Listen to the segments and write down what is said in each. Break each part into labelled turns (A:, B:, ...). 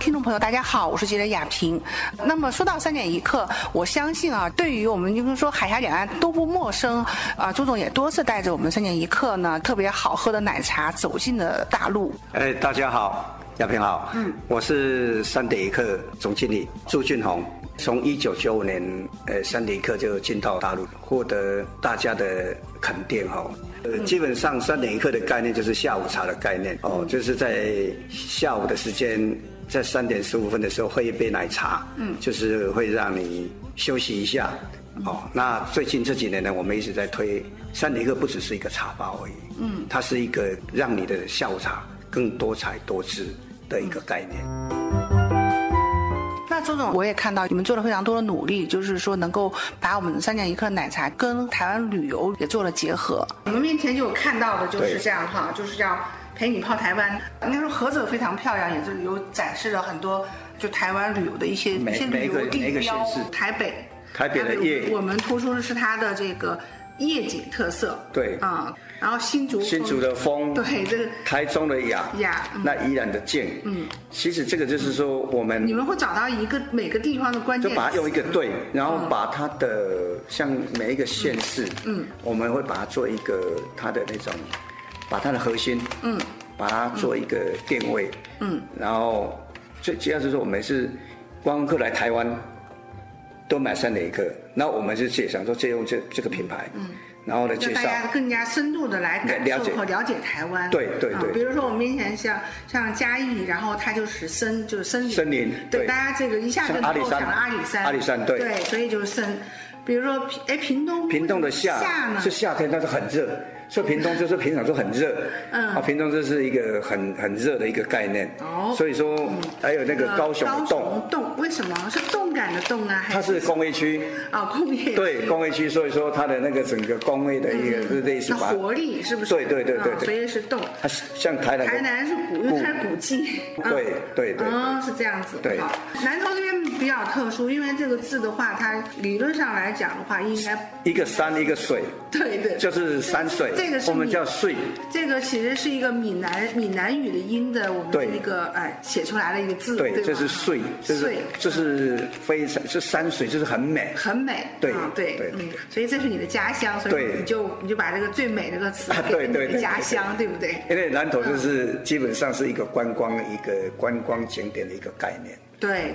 A: 听众朋友，大家好，我是记者雅萍。那么说到3点一刻，我相信啊，对于我们就是说海峡两岸都不陌生啊。朱总也多次带着我们3点一刻呢，特别好喝的奶茶走进了大陆。
B: 大家好，雅萍好，我是3点一刻总经理朱俊宏。从1995年，3点一刻就进到大陆，获得大家的肯定哈。基本上3点一刻的概念就是下午茶的概念哦，就是在下午的时间，在3点15分的时候喝一杯奶茶，就是会让你休息一下。哦，那最近这几年呢，我们一直在推3点一刻，不只是一个茶包而已，它是一个让你的下午茶更多彩多姿的一个概念。
A: 那周总，我也看到你们做了非常多的努力，就是说能够把我们3点一刻奶茶跟台湾旅游也做了结合。我们面前就有看到的就是这样哈，就是要陪你泡台湾。应该说盒子非常漂亮，也是有展示了很多就台湾旅游的一些旅游地标。台北的夜，我们突出的是它的这个夜景特色。对啊。然后新竹的风，对这个
B: 台中的雅，那宜兰的静，其实这个就是说你
A: 们会找到每个地方的关键，
B: 就把它用一个对，然后把它的像每一个县市，我们会把它做一个它的那种，把它的核心，把它做一个定位，然后最主要是说我们是观光客来台湾都买3点一刻，然后我们是想说借用这个品牌。然后呢，介绍
A: 大家更加深度的来感受和了解台湾。
B: 对。
A: 比如说我们面前像嘉义，然后它就是森林。对，大家这个一下就能够想到阿里山。对，所以就是森。比如说屏东的夏呢
B: 是夏天，但是很热，所以屏东就是平常就很热。屏东这是一个很热的一个概念。所以说还有那个高雄
A: 冻，为什么是动感的动呢？
B: 它是工业区。
A: 工业区。
B: 对，工业区，所以说它的那个整个工业的一个是类似
A: 活力，是不是？
B: 对，
A: 所以是冻。
B: 它像台南
A: 是古，因为它是古迹。
B: 对。
A: 是这样子。
B: 对。
A: 南投这边比较特殊，因为这个字的话，它理论上来讲的话，应该
B: 一个山一个水。对。就是山水。
A: 这个是
B: 我们叫水。
A: 这个其实是一个闽南语的音的，我们的一个写出来的一个字。
B: 对，这是水，就是非常是山水，就是很美。对。
A: 所以这是你的家乡，所以你就把这个最美这个词给你的家乡，对不对？
B: 因为南投就是基本上是一个观光景点的一个概念。
A: 对。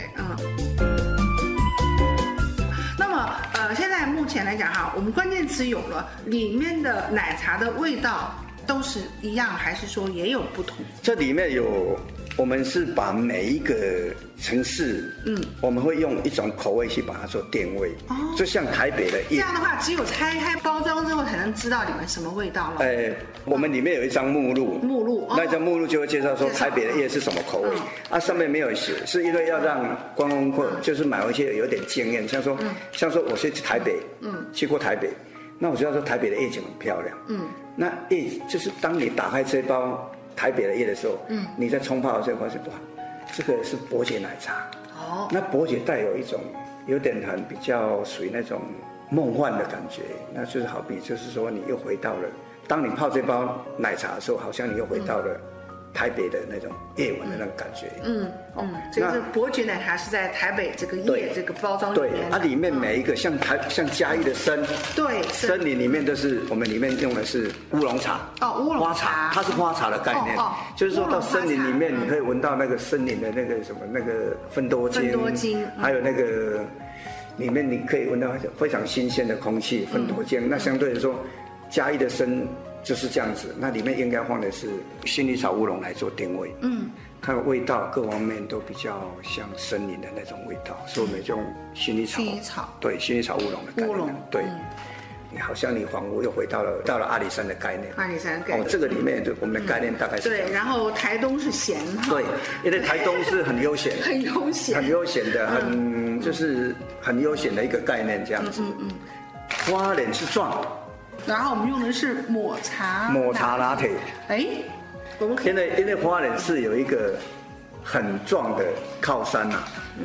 A: 那么现在目前来讲哈，我们关键词有了，里面的奶茶的味道都是一样，还是说也有不同？
B: 这里面我们是把每一个城市，我们会用一种口味去把它做定位。就像台北的夜，
A: 这样的话，只有拆开包装之后才能知道里面什么味道了。
B: 我们里面有一张目录，那张目录就会介绍说台北的夜是什么口味。上面没有写，是因为要让观光客就是买回去有点经验，像说我去台北，去过台北，那我知道说台北的夜景很漂亮。那就是当你打开这包台北的夜的时候，你在冲泡的时候发现哇，这个是伯爵奶茶。那伯爵带有一种有点比较属于那种梦幻的感觉，那就是好比就是说你又回到了，当你泡这包奶茶的时候，好像你又回到了台北的那种夜晚的那种感觉。
A: 这个伯爵奶茶是在台北这个夜这个包装里面。
B: 对，它里面每一个像嘉义的森林里面都是我们里面用的是乌龙茶。
A: 乌龙茶，
B: 它是花茶的概念。就是说到森林里面，你可以闻到那个森林的那个什么那个芬多精，还有那个里面你可以闻到非常新鲜的空气，芬多精。那相对来说，嘉义的森就是这样子，那里面应该放的是薰衣草乌龙来做定位。它的味道各方面都比较像森林的那种味道，所以我们用薰衣草，对，薰衣草乌龙的概念，对。好像你仿佛又回到了阿里山的概念。
A: 阿里山概念。
B: 这个里面就我们的概念大概是这样。
A: 对，然后台东是咸。
B: 对，因为台东是很悠闲，很悠闲的，就是很悠闲的一个概念这样子。花莲是壮。
A: 然后我们用的是抹茶
B: 拿铁。
A: 我们
B: 因为花莲是有一个很壮的靠山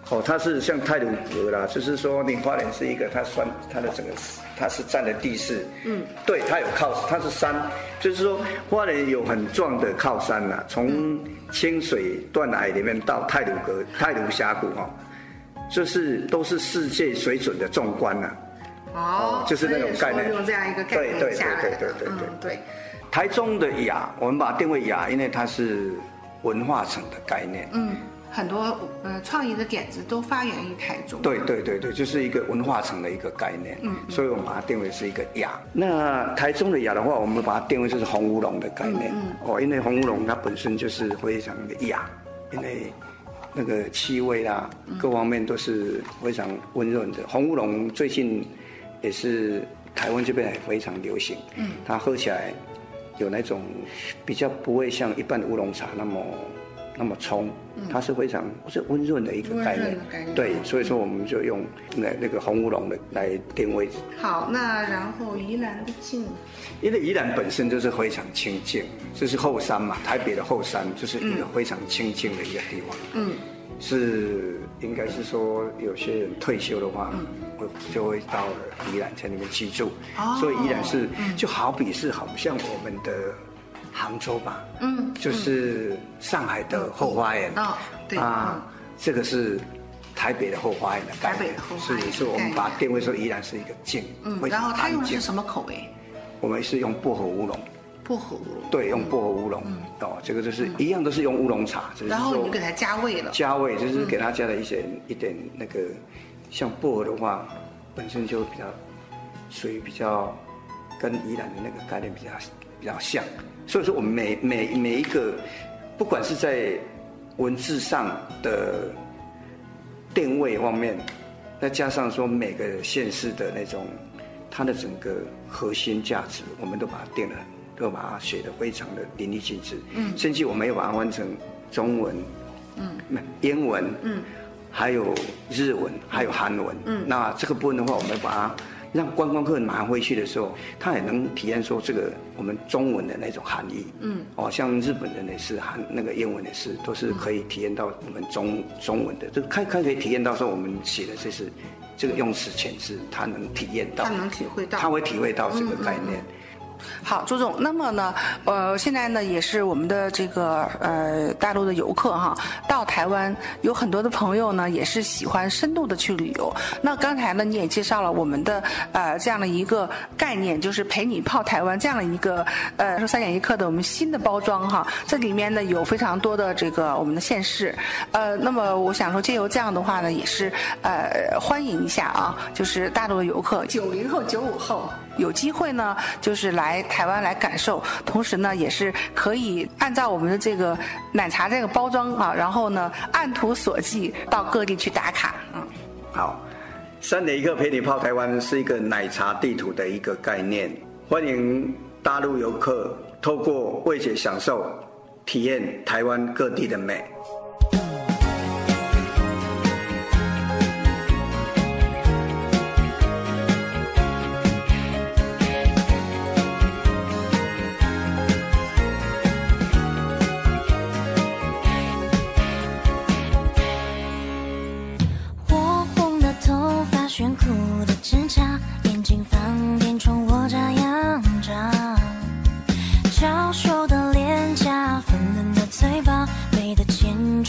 B: 它是像太鲁阁啦，就是说你花莲是一个，它的整个它是占了地势，对，它有它是山，就是说花莲有很壮的靠山啦，从清水断崖里面到太鲁阁、太鲁峡谷就是都是世界水准的壮观啦。就是那种概念，
A: 用这样一个概念下来的。对。
B: 台中的雅，我们把它定为雅，因为它是文化城的概念。
A: 很多创意的点子都发源于台中。
B: 对，就是一个文化城的一个概念。所以我们把它定为是一个雅。那台中的雅的话，我们把它定为就是红乌龙的概念。因为红乌龙它本身就是非常的雅，因为那个气味啦，各方面都是非常温润的。红乌龙最近也是台湾这边也非常流行。它喝起来有那种比较不会像一般的乌龙茶那么冲，它是非常温润的一个概念。对，所以说我们就用那个红乌龙的来定位。
A: 好，那然后宜兰的境，
B: 因为宜兰本身就是非常清静，就是后山嘛，台北的后山就是一个非常清静的一个地方。是应该是说有些人退休的话，就会到了宜兰在那边居住。所以宜兰是就好像我们的杭州吧，就是上海的后花园。
A: 对
B: 这个是台北的后花园的概念。
A: 台北的后花园，
B: 是我们把它定位说宜兰是一个静。
A: 然后它用的是什么口味？
B: 我们是用薄荷乌龙。
A: 薄荷乌龙。
B: 对，用薄荷乌龙。这个就是一样，都是用乌龙茶。
A: 然后你给它加味了。
B: 加味就是给它加了一点那个，像薄荷的话，本身就比较属于比较跟宜兰的那个概念比较像。所以说我们每一个，不管是在文字上的定位方面，再加上说每个县市的那种它的整个核心价值，我们都把它定了，都把它写得非常的淋漓尽致。甚至我们又把它换成中文、英文、还有日文，还有韩文。那这个部分的话，我们把它让观光客拿回去的时候，他也能体验说这个我们中文的那种含义。像日本人也是，那个英文也是，都是可以体验到我们中文的，就可以体验到说我们写的这个用词遣字，他能体验到，
A: 他能体会到，
B: 他会体会到这个概念。
A: 好，朱总，那么呢，现在呢也是我们的这个大陆的游客哈，到台湾有很多的朋友呢也是喜欢深度的去旅游。那刚才呢你也介绍了我们的这样的一个概念，就是陪你泡台湾这样的一个说3点1刻的我们新的包装哈。这里面呢有非常多的这个我们的县市，那么我想说借由这样的话呢，也是欢迎一下啊，就是大陆的游客90后、95后有机会呢，就是来台湾来感受，同时呢，也是可以按照我们的这个奶茶这个包装啊，然后呢，按图索骥到各地去打卡。
B: 好，3点1刻陪你泡台湾是一个奶茶地图的一个概念，欢迎大陆游客透过味觉享受，体验台湾各地的美。
C: 炫酷的指甲，眼睛放电冲我家仰长，娇羞的脸颊，粉嫩的嘴巴，美的千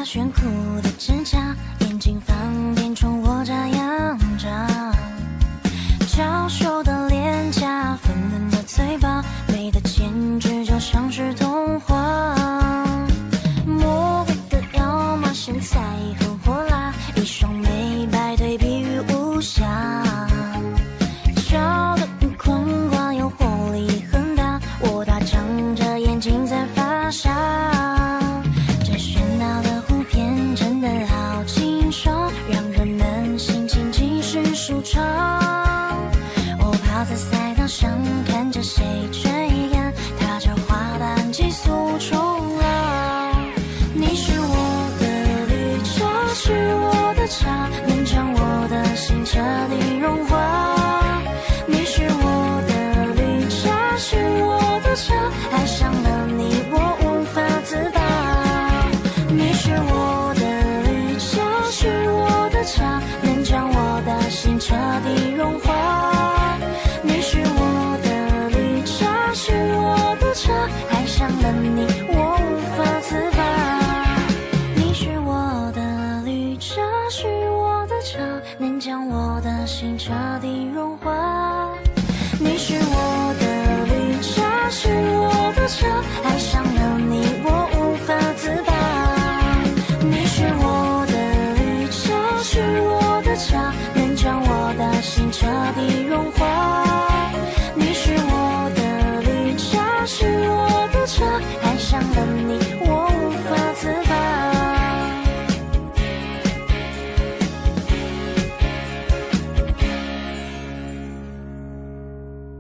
C: 炫酷的指甲，眼睛放电冲我这样长，娇羞的脸颊，粉嫩的嘴巴，美的简直就像是童话。魔鬼的妖马身材很火辣，一双美白腿比喻无瑕，笑得很宽广又活力很大，我大张着眼睛在发傻。这喧闹的湖边真的好清爽，让人们心情即时舒畅。我泡在赛道上，看着谁追赶，踏着滑板急速冲浪。你是我的绿茶，是我的茶，能将我的心彻底融化。你是我的绿茶，是我的茶，爱上了你我无法自拔。你是我的绿茶，是我的茶，能将我的心彻底融化。你是我的绿茶，是我的茶，爱上了你我无法自拔。你是我的绿茶，是我的茶，能将我的心彻